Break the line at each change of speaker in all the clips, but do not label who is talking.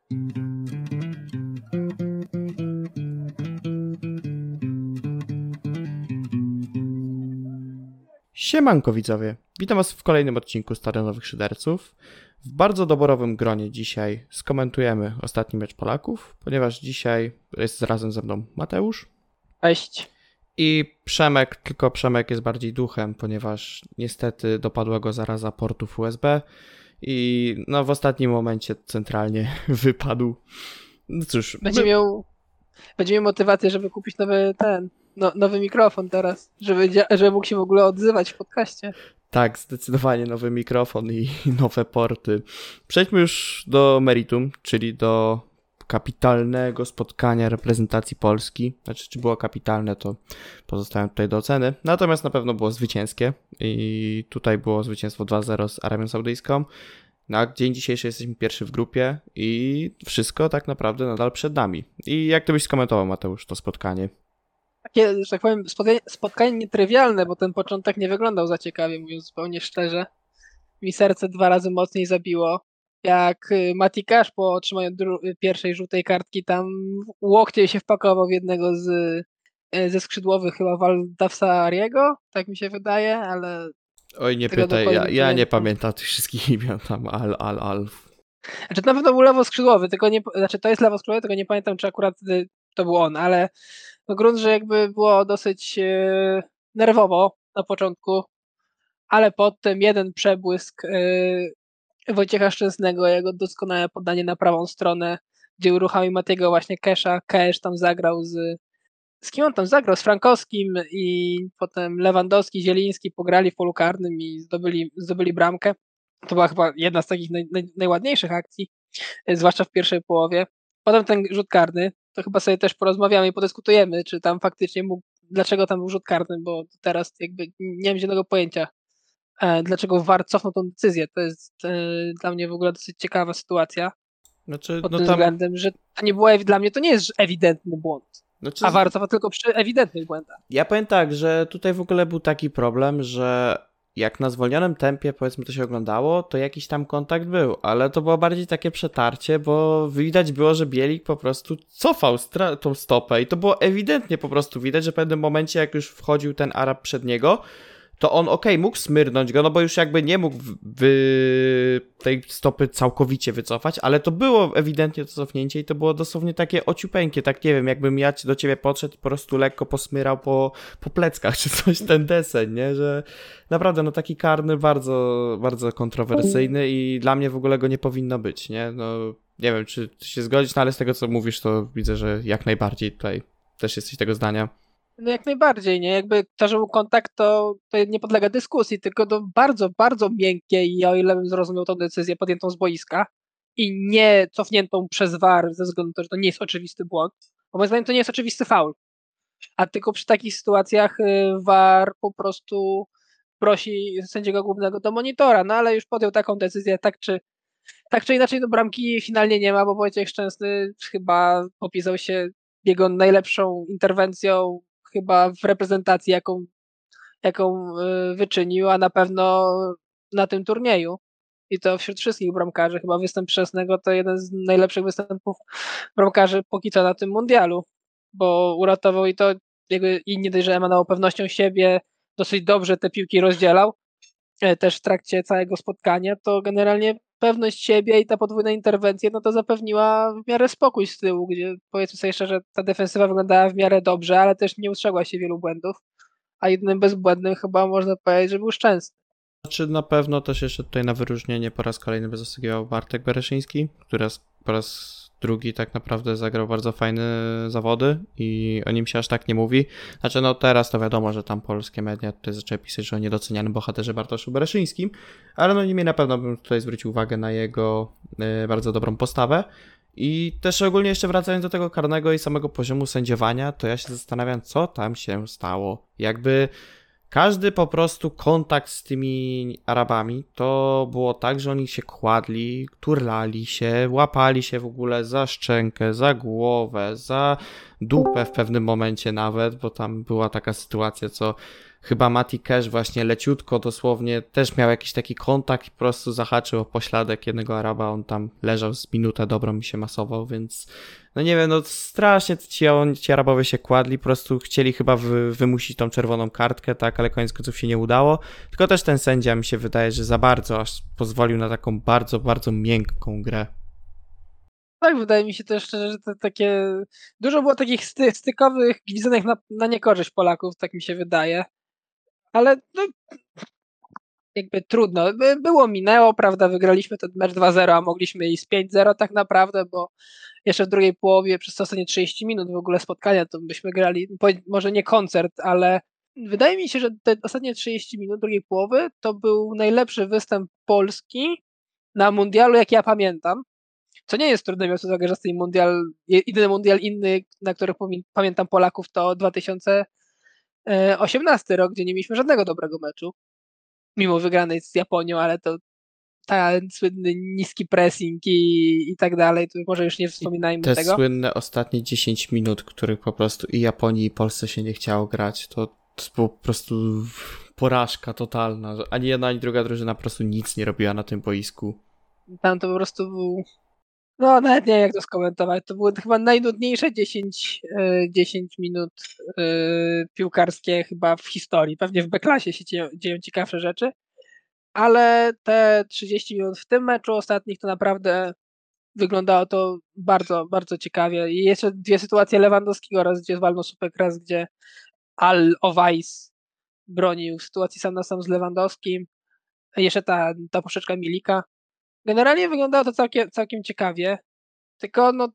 Siemanko widzowie, witam was w kolejnym odcinku Stadionowych Szyderców. W bardzo doborowym gronie dzisiaj skomentujemy ostatni mecz Polaków, ponieważ dzisiaj jest razem ze mną Mateusz.
Cześć.
I Przemek, tylko Przemek jest bardziej duchem, ponieważ niestety dopadła go zaraza portów USB i w ostatnim momencie centralnie wypadł. No cóż.
Będzie miał motywację, żeby kupić nowy mikrofon teraz, żeby mógł się w ogóle odzywać w podcaście.
Tak, zdecydowanie nowy mikrofon i nowe porty. Przejdźmy już do meritum, czyli do kapitalnego spotkania reprezentacji Polski. Znaczy, czy było kapitalne, to pozostawiam tutaj do oceny. Natomiast na pewno było zwycięskie i tutaj było zwycięstwo 2-0 z Arabią Saudyjską. Na dzień dzisiejszy jesteśmy pierwszy w grupie i wszystko tak naprawdę nadal przed nami. I jak to byś skomentował, Mateusz, to spotkanie?
Takie, że tak powiem, spotkanie nietrywialne, bo ten początek nie wyglądał za ciekawie, mówiąc zupełnie szczerze. Mi serce 2 razy mocniej zabiło. Jak Mati Cash po otrzymaniu pierwszej żółtej kartki tam łokcie się wpakował w jednego ze skrzydłowych, chyba Valdavsariego, tak mi się wydaje, ale...
Oj, nie pytaj, ja nie pamiętam tych wszystkich imion tam, al.
Znaczy na pewno był lewoskrzydłowy, tylko nie, znaczy to jest lewoskrzydłowy, tylko nie pamiętam, czy akurat to był on, ale grunt, że jakby było dosyć nerwowo na początku, ale potem jeden przebłysk Wojciecha Szczęsnego, jego doskonałe podanie na prawą stronę, gdzie uruchomił Matiego właśnie Casha. Cash tam zagrał z kim on tam zagrał? Z Frankowskim i potem Lewandowski, Zieliński pograli w polu karnym i zdobyli bramkę. To była chyba jedna z takich najładniejszych akcji, zwłaszcza w pierwszej połowie. Potem ten rzut karny, to chyba sobie też porozmawiamy i podyskutujemy, czy tam faktycznie dlaczego tam był rzut karny, bo teraz jakby nie mam zielonego pojęcia, dlaczego VAR cofnął tą decyzję. To jest dla mnie w ogóle dosyć ciekawa sytuacja. Pod tym względem, że to nie było, dla mnie to nie jest ewidentny błąd. A VAR cofa tylko przy ewidentnych błędach.
Ja powiem tak, że tutaj w ogóle był taki problem, że jak na zwolnionym tempie, powiedzmy, to się oglądało, to jakiś tam kontakt był, ale to było bardziej takie przetarcie, bo widać było, że Bielik po prostu cofał tą stopę i to było ewidentnie po prostu widać, że w pewnym momencie, jak już wchodził ten Arab przed niego, to on mógł smyrnąć go, no bo już jakby nie mógł tej stopy całkowicie wycofać, ale to było ewidentnie to cofnięcie i to było dosłownie takie ociupeńkie, tak nie wiem, jakbym ja do ciebie podszedł i po prostu lekko posmyrał po pleckach, czy coś, ten deseń, nie, że naprawdę, taki karny bardzo, bardzo kontrowersyjny i dla mnie w ogóle go nie powinno być, nie, nie wiem, czy się zgodzić, ale z tego, co mówisz, to widzę, że jak najbardziej tutaj też jesteś tego zdania.
No jak najbardziej, nie? Jakby to, że był kontakt, to nie podlega dyskusji, tylko do bardzo, bardzo miękkiej, o ile bym zrozumiał tą decyzję podjętą z boiska i nie cofniętą przez VAR ze względu na to, że to nie jest oczywisty błąd, bo moim zdaniem to nie jest oczywisty faul, a tylko przy takich sytuacjach VAR po prostu prosi sędziego głównego do monitora, no ale już podjął taką decyzję, tak czy inaczej do bramki finalnie nie ma, bo Wojciech Szczęsny chyba popisał się jego najlepszą interwencją chyba w reprezentacji, jaką wyczynił, a na pewno na tym turnieju. I to wśród wszystkich bramkarzy. Chyba występ Szczęsnego to jeden z najlepszych występów bramkarzy póki co na tym mundialu, bo uratował i to i nie dość, że emanował pewnością siebie, dosyć dobrze te piłki rozdzielał, też w trakcie całego spotkania, to generalnie pewność siebie i ta podwójna interwencja, no to zapewniła w miarę spokój z tyłu, gdzie powiedzmy sobie szczerze, ta defensywa wyglądała w miarę dobrze, ale też nie ustrzegła się wielu błędów, a jedynym bezbłędnym chyba można powiedzieć, że był Szczęsny.
Znaczy na pewno też jeszcze tutaj na wyróżnienie po raz kolejny by zasługiwał Bartek Bereszyński, który po raz drugi tak naprawdę zagrał bardzo fajne zawody i o nim się aż tak nie mówi. Znaczy teraz to wiadomo, że tam polskie media tutaj zaczęły pisać, że o niedocenianym bohaterze Bartoszu Bereszyńskim, ale niemniej na pewno bym tutaj zwrócił uwagę na jego bardzo dobrą postawę. I też ogólnie jeszcze wracając do tego karnego i samego poziomu sędziowania, to ja się zastanawiam, co tam się stało. Jakby każdy po prostu kontakt z tymi Arabami to było tak, że oni się kładli, turlali się, łapali się w ogóle za szczękę, za głowę, za dupę w pewnym momencie nawet, bo tam była taka sytuacja, co chyba Mati Cash właśnie leciutko dosłownie też miał jakiś taki kontakt i po prostu zahaczył o pośladek jednego Araba, on tam leżał z minutę dobrą i się masował, więc no nie wiem, no strasznie ci Arabowie się kładli, po prostu chcieli chyba wymusić tą czerwoną kartkę, tak, ale koniec końców się nie udało, tylko też ten sędzia mi się wydaje, że za bardzo aż pozwolił na taką bardzo, bardzo miękką grę.
Tak, wydaje mi się też szczerze, że to takie... Dużo było takich stykowych gwizdanek na niekorzyść Polaków, tak mi się wydaje. Ale no, jakby trudno. Było, minęło, prawda, wygraliśmy ten mecz 2-0, a mogliśmy iść z 5-0 tak naprawdę, bo jeszcze w drugiej połowie przez ostatnie 30 minut w ogóle spotkania to byśmy grali, może nie koncert, ale wydaje mi się, że te ostatnie 30 minut drugiej połowy to był najlepszy występ Polski na mundialu, jak ja pamiętam. Co nie jest trudne, biorąc pod uwagę, że ten mundial inny, na których pamiętam Polaków, to 2018 rok, gdzie nie mieliśmy żadnego dobrego meczu. Mimo wygranej z Japonią, ale to ten słynny niski pressing i tak dalej, to może już nie wspominajmy
te
tego.
Te słynne ostatnie 10 minut, których po prostu i Japonii, i Polsce się nie chciało grać, to było po prostu porażka totalna, że ani jedna, ani druga drużyna po prostu nic nie robiła na tym boisku.
Tam to po prostu był... No, nawet nie wiem, jak to skomentować. To były chyba najnudniejsze 10 minut piłkarskie chyba w historii. Pewnie w B-klasie się dzieją ciekawsze rzeczy, ale te 30 minut w tym meczu ostatnich to naprawdę wyglądało to bardzo, bardzo ciekawie. I jeszcze dwie sytuacje Lewandowskiego, raz gdzie walnął słupek, raz gdzie Al-Owais bronił w sytuacji sam na sam z Lewandowskim. Jeszcze ta poprzeczka Milika. Generalnie wyglądało to całkiem ciekawie, tylko no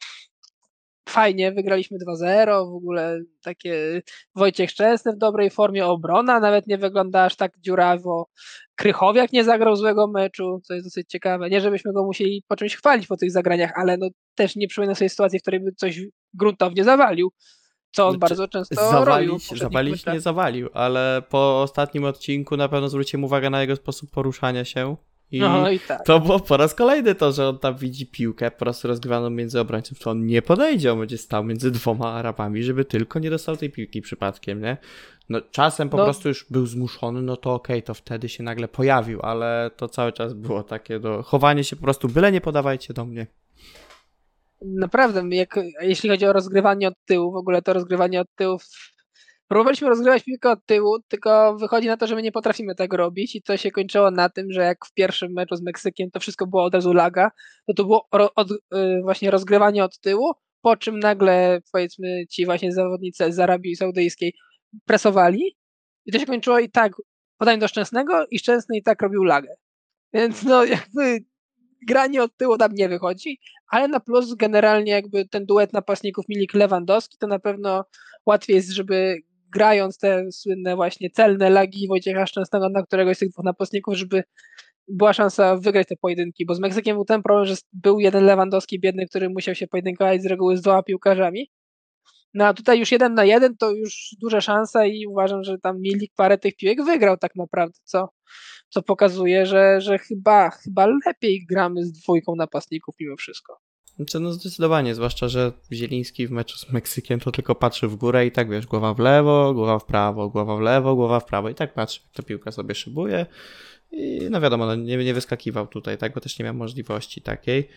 fajnie, wygraliśmy 2-0, w ogóle takie Wojciech Szczęsny w dobrej formie, obrona nawet nie wygląda aż tak dziurawo, Krychowiak nie zagrał złego meczu, co jest dosyć ciekawe, nie żebyśmy go musieli po czymś chwalić po tych zagraniach, ale no też nie przypominam sobie sytuacji, w której by coś gruntownie zawalił, co on bardzo często robił.
Zawalić nie zawalił, ale po ostatnim odcinku na pewno zwróciłem uwagę na jego sposób poruszania się. I
tak.
To było po raz kolejny to, że on tam widzi piłkę po prostu rozgrywaną między obrońców, to on nie podejdzie, on będzie stał między dwoma Arabami, żeby tylko nie dostał tej piłki przypadkiem, nie? No czasem po prostu już był zmuszony, no to okej, to wtedy się nagle pojawił, ale to cały czas było takie chowanie się po prostu, byle nie podawajcie do mnie.
Naprawdę, jeśli chodzi o rozgrywanie od tyłu, w ogóle to rozgrywanie od tyłu próbowaliśmy rozgrywać piłkę od tyłu, tylko wychodzi na to, że my nie potrafimy tego robić i to się kończyło na tym, że jak w pierwszym meczu z Meksykiem to wszystko było od razu laga, to było właśnie rozgrywanie od tyłu, po czym nagle powiedzmy ci właśnie zawodnicy z Arabii Saudyjskiej presowali i to się kończyło i tak podaniem do Szczęsnego i Szczęsny i tak robił lagę. Więc no jakby granie od tyłu tam nie wychodzi, ale na plus generalnie jakby ten duet napastników Milik-Lewandowski to na pewno łatwiej jest, żeby grając te słynne właśnie celne lagi Wojciecha Szczęsnego na któregoś z tych dwóch napastników, żeby była szansa wygrać te pojedynki, bo z Meksykiem był ten problem, że był jeden Lewandowski biedny, który musiał się pojedynkować z reguły z dwoma piłkarzami. No a tutaj już 1-1 to już duża szansa i uważam, że tam Milik parę tych piłek wygrał tak naprawdę, co pokazuje, że chyba lepiej gramy z dwójką napastników mimo wszystko.
Znaczy, no zdecydowanie, zwłaszcza, że Zieliński w meczu z Meksykiem to tylko patrzy w górę i tak wiesz, głowa w lewo, głowa w prawo, głowa w lewo, głowa w prawo i tak patrzy, jak ta piłka sobie szybuje i no wiadomo, no, nie wyskakiwał tutaj, tak, bo też nie miał możliwości takiej.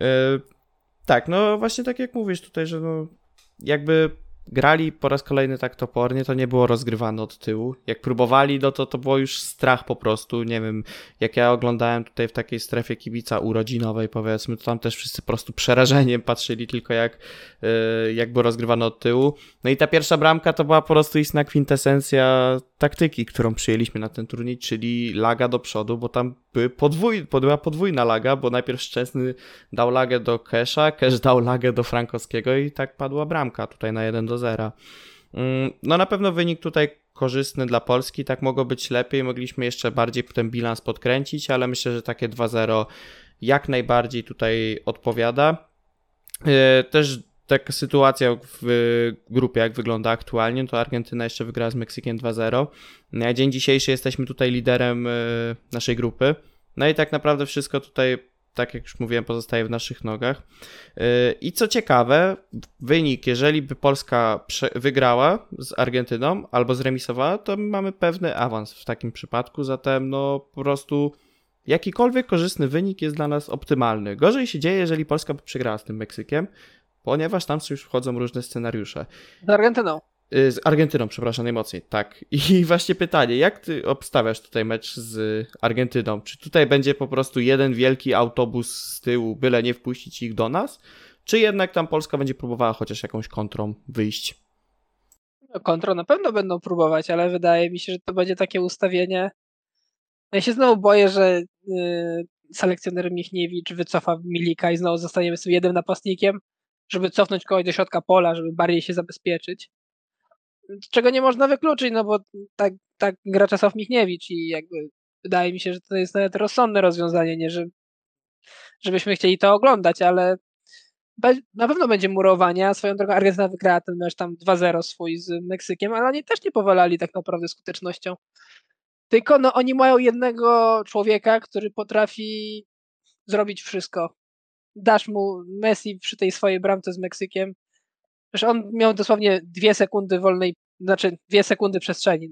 Tak, no właśnie tak jak mówisz tutaj, że no jakby grali po raz kolejny tak topornie, to nie było rozgrywane od tyłu. Jak próbowali, no to było już strach po prostu. Nie wiem, jak ja oglądałem tutaj w takiej strefie kibica urodzinowej, powiedzmy, to tam też wszyscy po prostu przerażeniem patrzyli tylko jak było rozgrywane od tyłu. No i ta pierwsza bramka to była po prostu istna kwintesencja taktyki, którą przyjęliśmy na ten turniej, czyli laga do przodu, bo tam była podwójna laga, bo najpierw Szczęsny dał lagę do Kesha, Cash dał lagę do Frankowskiego i tak padła bramka tutaj na 1-0. No na pewno wynik tutaj korzystny dla Polski, tak mogło być lepiej, mogliśmy jeszcze bardziej ten bilans podkręcić, ale myślę, że takie 2-0 jak najbardziej tutaj odpowiada. Też taka sytuacja w grupie, jak wygląda aktualnie, to Argentyna jeszcze wygrała z Meksykiem 2-0. Na dzień dzisiejszy jesteśmy tutaj liderem naszej grupy. No i tak naprawdę wszystko tutaj tak jak już mówiłem, pozostaje w naszych nogach. I co ciekawe, wynik, jeżeli by Polska wygrała z Argentyną albo zremisowała, to mamy pewny awans w takim przypadku, zatem no po prostu jakikolwiek korzystny wynik jest dla nas optymalny. Gorzej się dzieje, jeżeli Polska by przegrała z tym Meksykiem, ponieważ tam już wchodzą różne scenariusze.
Z Argentyną.
Z Argentyną, przepraszam, najmocniej, tak. I właśnie pytanie, jak ty obstawiasz tutaj mecz z Argentyną? Czy tutaj będzie po prostu jeden wielki autobus z tyłu, byle nie wpuścić ich do nas? Czy jednak tam Polska będzie próbowała chociaż jakąś kontrą wyjść?
No, kontrą na pewno będą próbować, ale wydaje mi się, że to będzie takie ustawienie. Ja się znowu boję, że selekcjoner Michniewicz wycofa Milika i znowu zostaniemy z tym jednym napastnikiem, żeby cofnąć kogoś do środka pola, żeby bardziej się zabezpieczyć. Czego nie można wykluczyć, no bo tak gra Czesław Michniewicz i jakby wydaje mi się, że to jest nawet rozsądne rozwiązanie, nie żebyśmy chcieli to oglądać, ale na pewno będzie murowanie, a swoją drogą Argentyna wygrała ten mecz tam 2-0 swój z Meksykiem, ale oni też nie powalali tak naprawdę skutecznością. Tylko no oni mają jednego człowieka, który potrafi zrobić wszystko. Dasz mu Messi przy tej swojej bramce z Meksykiem. Przecież on miał dosłownie 2 sekundy wolnej, znaczy 2 sekundy przestrzeni.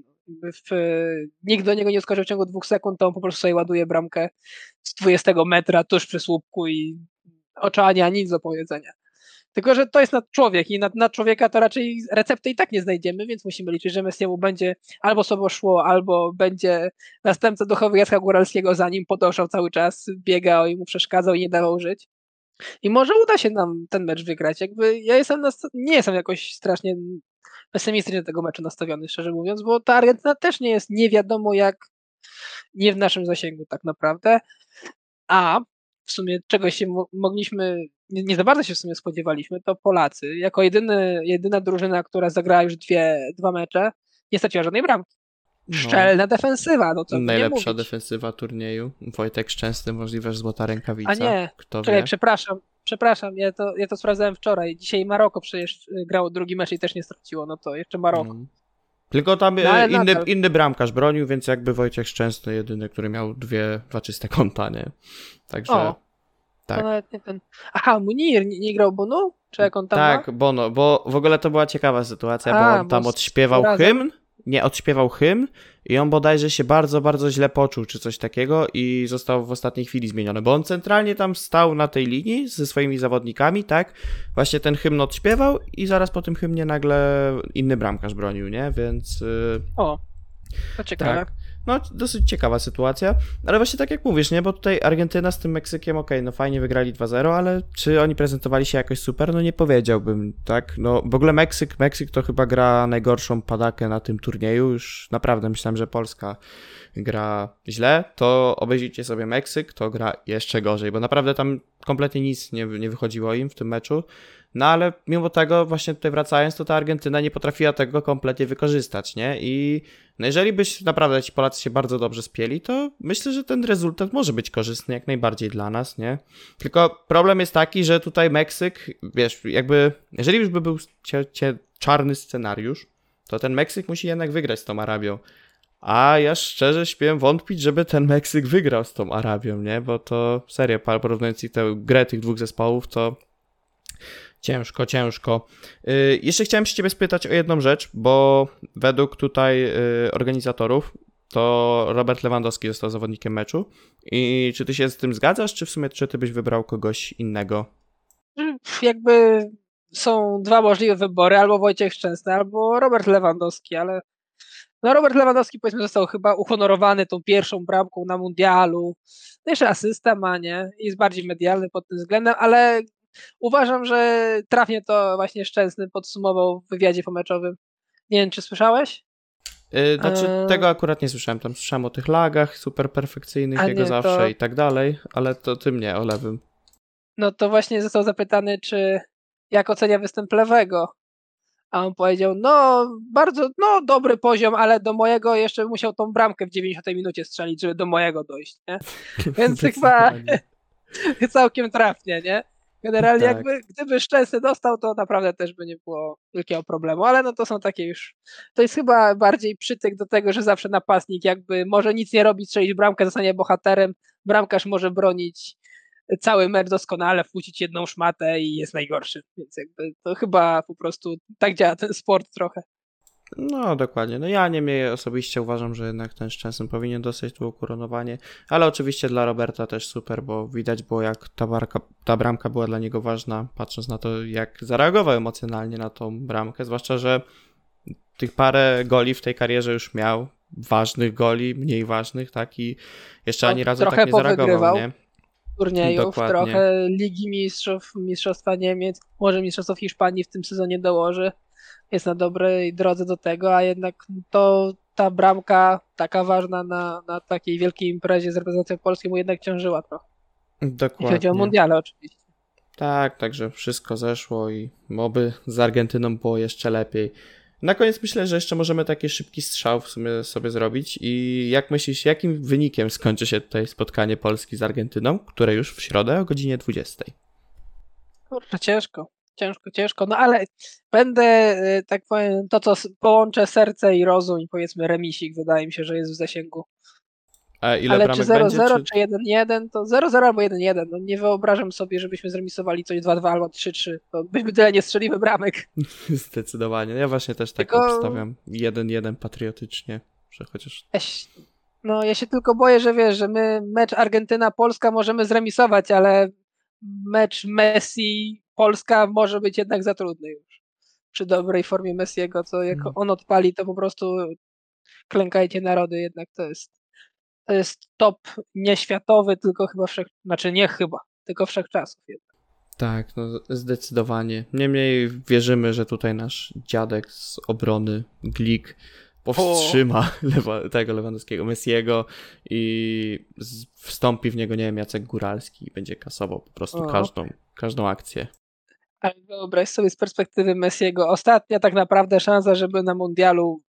Nikt do niego nie skoczył w ciągu 2 sekund, to on po prostu sobie ładuje bramkę z 20 metra tuż przy słupku i oczania nic do powiedzenia. Tylko, że to jest nadczłowiek i nad człowieka to raczej recepty i tak nie znajdziemy, więc musimy liczyć, że Messiemu będzie albo sobie szło, albo będzie następca duchowy Jacka Góralskiego za nim podążał cały czas, biegał i mu przeszkadzał i nie dawał żyć. I może uda się nam ten mecz wygrać. Jakby ja nie jestem jakoś strasznie pesymistycznie do tego meczu nastawiony, szczerze mówiąc, bo ta Argentyna też nie jest nie wiadomo jak nie w naszym zasięgu tak naprawdę, a w sumie czegoś się mogliśmy, nie za bardzo się w sumie spodziewaliśmy, to Polacy, jako jedyna drużyna, która zagrała już dwa mecze, nie straciła żadnej bramki. Szczelna defensywa, no co by nie
Najlepsza
mówić.
defensywa turnieju. Wojtek Szczęsny, możliwe, że złota rękawica.
A nie,
kto
czekaj,
wie.
przepraszam, ja to sprawdzałem wczoraj. Dzisiaj Maroko przecież grało drugi mecz i też nie straciło, no to jeszcze Maroko.
Tylko tam
No,
inny bramkarz bronił, więc jakby Wojciech Szczęsny jedyny, który miał dwa czyste kąta, nie? Także tak.
To nawet nie ten. Aha, Munir nie grał Bonu? Czy jak on tam
Tak,
ma?
Bono, bo w ogóle to była ciekawa sytuacja, bo on tam odśpiewał hymn i on bodajże się bardzo, bardzo źle poczuł, czy coś takiego i został w ostatniej chwili zmieniony, bo on centralnie tam stał na tej linii ze swoimi zawodnikami, tak? Właśnie ten hymn odśpiewał i zaraz po tym hymnie nagle inny bramkarz bronił, nie? Więc...
to ciekawe.
Tak. No, dosyć ciekawa sytuacja, ale właśnie tak jak mówisz, nie, bo tutaj Argentyna z tym Meksykiem, okej, no fajnie wygrali 2-0, ale czy oni prezentowali się jakoś super? No nie powiedziałbym, tak, no w ogóle Meksyk to chyba gra najgorszą padakę na tym turnieju, już naprawdę myślałem, że Polska gra źle, to obejrzyjcie sobie Meksyk, to gra jeszcze gorzej, bo naprawdę tam kompletnie nic nie wychodziło im w tym meczu. No ale mimo tego, właśnie tutaj wracając, to ta Argentyna nie potrafiła tego kompletnie wykorzystać, nie? I no jeżeli byś naprawdę ci Polacy się bardzo dobrze spieli, to myślę, że ten rezultat może być korzystny jak najbardziej dla nas, nie? Tylko problem jest taki, że tutaj Meksyk, wiesz, jakby, jeżeli już by był czarny scenariusz, to ten Meksyk musi jednak wygrać z tą Arabią. A ja szczerze śmiem wątpić, żeby ten Meksyk wygrał z tą Arabią, nie? Bo to serio, porównując tę grę tych dwóch zespołów, to ciężko. Jeszcze chciałem się ciebie spytać o jedną rzecz, bo według tutaj organizatorów to Robert Lewandowski został zawodnikiem meczu. I czy ty się z tym zgadzasz, czy w sumie czy ty byś wybrał kogoś innego?
Jakby są dwa możliwe wybory, albo Wojciech Szczęsny, albo Robert Lewandowski, ale no Robert Lewandowski powiedzmy został chyba uhonorowany tą pierwszą bramką na mundialu. No jeszcze asysta ma, nie? Jest bardziej medialny pod tym względem, ale uważam, że trafnie to właśnie Szczęsny podsumował w wywiadzie pomeczowym. Nie wiem, czy słyszałeś?
Znaczy, tego akurat nie słyszałem. Tam słyszałem o tych lagach super perfekcyjnych, jego zawsze i tak dalej, ale to ty mnie o lewym.
No to właśnie został zapytany, czy jak ocenia występ lewego. A on powiedział, no bardzo, dobry poziom, ale do mojego jeszcze musiał tą bramkę w 90 minucie strzelić, żeby do mojego dojść, nie? Więc chyba całkiem trafnie, nie? Generalnie
tak.
jakby, gdyby Szczęsny dostał, to naprawdę też by nie było wielkiego problemu, ale no to są takie już, to jest chyba bardziej przytyk do tego, że zawsze napastnik jakby może nic nie robić, strzelić bramkę, zostanie bohaterem, bramkarz może bronić cały mecz doskonale, wpuścić jedną szmatę i jest najgorszy. Więc jakby to chyba po prostu tak działa ten sport trochę.
No, dokładnie. No ja niemniej osobiście uważam, że jednak ten Szczęsny powinien dostać to ukoronowanie, ale oczywiście dla Roberta też super, bo widać było, jak ta bramka była dla niego ważna, patrząc na to, jak zareagował emocjonalnie na tą bramkę, zwłaszcza, że tych parę goli w tej karierze już miał, ważnych goli, mniej ważnych, tak, i jeszcze ani razu tak nie zareagował, nie?
Turniejów,
Dokładnie.
trochę Ligi Mistrzów, Mistrzostwa Niemiec, może Mistrzostw Hiszpanii w tym sezonie dołoży. Jest na dobrej drodze do tego, a jednak to ta bramka taka ważna na takiej wielkiej imprezie z reprezentacją Polski mu jednak ciążyła trochę.
Dokładnie.
Jeśli chodzi o mundiale oczywiście.
Tak, także wszystko zeszło i oby z Argentyną było jeszcze lepiej. Na koniec myślę, że jeszcze możemy taki szybki strzał w sumie sobie zrobić i jak myślisz, jakim wynikiem skończy się tutaj spotkanie Polski z Argentyną, które już w środę o godzinie 20?
Kurczę, ciężko, no ale będę, tak powiem, to co połączę serce i rozum i powiedzmy remisik, wydaje mi się, że jest w zasięgu.
A ile
Ale
bramek
czy 0-0,
będzie?
czy 1-1, to 0-0 albo 1-1. No nie wyobrażam sobie, żebyśmy zremisowali coś 2-2 albo 3-3. To byśmy tyle nie strzelili bramek.
Zdecydowanie. Ja właśnie też tak
Tylko-
obstawiam 1-1 patriotycznie, że chociaż...
Ja się tylko boję, że wiesz, że my mecz Argentyna-Polska możemy zremisować, ale mecz Messi-Polska może być jednak za trudny już. Przy dobrej formie Messiego, to jak on odpali, to po prostu klękajcie narody, jednak to jest top nie światowy, tylko chyba tylko wszechczasów jednak.
Tak, no zdecydowanie. Niemniej wierzymy, że tutaj nasz dziadek z obrony Glik powstrzyma tego Lewandowskiego, Messiego i wstąpi w niego, nie wiem, Jacek Góralski i będzie kasował po prostu każdą akcję.
Ale wyobraź sobie z perspektywy Messiego, ostatnia tak naprawdę szansa, żeby na mundialu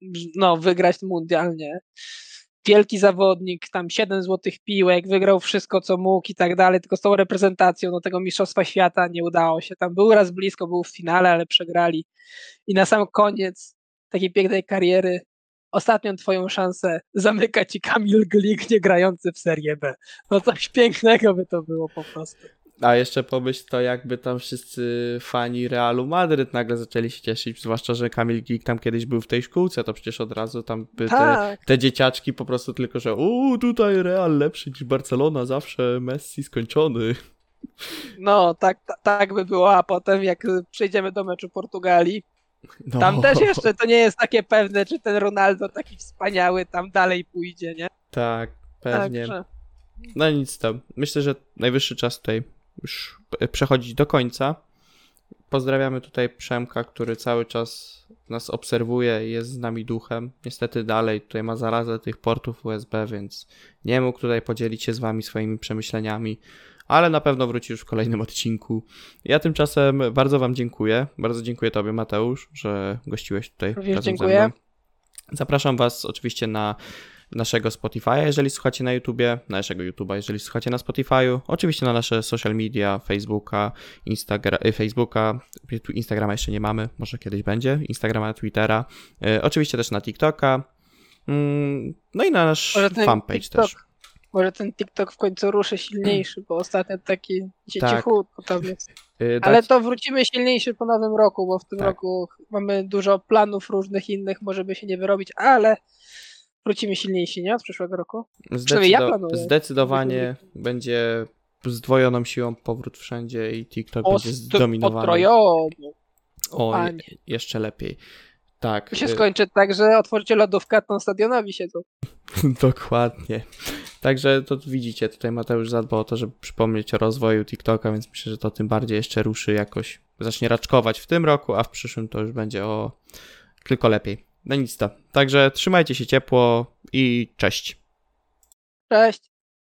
wygrać mundial, nie? Wielki zawodnik, tam 7 złotych piłek, wygrał wszystko co mógł i tak dalej, tylko z tą reprezentacją tego Mistrzostwa Świata nie udało się. Tam był raz blisko, był w finale, ale przegrali. I na sam koniec takiej pięknej kariery ostatnią twoją szansę zamyka ci Kamil Glik, nie grający w Serie B. No coś pięknego by to było po prostu.
A jeszcze pomyśl to, jakby tam wszyscy fani Realu Madryt nagle zaczęli się cieszyć, zwłaszcza, że Kamil Glik tam kiedyś był w tej szkółce, to przecież od razu tam by te dzieciaczki po prostu tylko, że tutaj Real lepszy niż Barcelona, zawsze Messi skończony.
No, tak by było, a potem jak przejdziemy do meczu Portugalii, tam też jeszcze to nie jest takie pewne, czy ten Ronaldo taki wspaniały tam dalej pójdzie, nie?
Tak, pewnie.
Także.
No nic tam. Myślę, że najwyższy czas tutaj już przechodzić do końca. Pozdrawiamy tutaj Przemka, który cały czas nas obserwuje i jest z nami duchem. Niestety dalej tutaj ma zarazę tych portów USB, więc nie mógł tutaj podzielić się z wami swoimi przemyśleniami, ale na pewno wróci już w kolejnym odcinku. Ja tymczasem bardzo wam dziękuję. Bardzo dziękuję tobie, Mateusz, że gościłeś tutaj razem ze mną. Zapraszam was oczywiście na naszego Spotify'a, jeżeli słuchacie na YouTubie, naszego YouTube'a, jeżeli słuchacie na Spotify'u, oczywiście na nasze social media, Facebooka, Instagrama jeszcze nie mamy, może kiedyś będzie, Instagrama, Twittera, oczywiście też na TikToka, no i na nasz fanpage też.
Może ten TikTok w końcu ruszy silniejszy, bo ostatnio taki cichutko tam jest.
Tak.
Ale to wrócimy silniejszy po nowym roku, bo w tym roku mamy dużo planów różnych innych, może by się nie wyrobić, ale wrócimy silniejsi, nie? Od przyszłego roku?
Zdecydowanie będzie zdwojoną siłą powrót wszędzie i TikTok będzie zdominowany.
Potrojony.
Jeszcze lepiej. Tak.
To się skończy tak, że otworzycie lodówkę, a tam stadionowi siedzą.
Dokładnie. Także to widzicie, tutaj Mateusz zadbał o to, żeby przypomnieć o rozwoju TikToka, więc myślę, że to tym bardziej jeszcze ruszy jakoś, zacznie raczkować w tym roku, a w przyszłym to już będzie tylko lepiej. No nic to. Także trzymajcie się ciepło i cześć.
Cześć.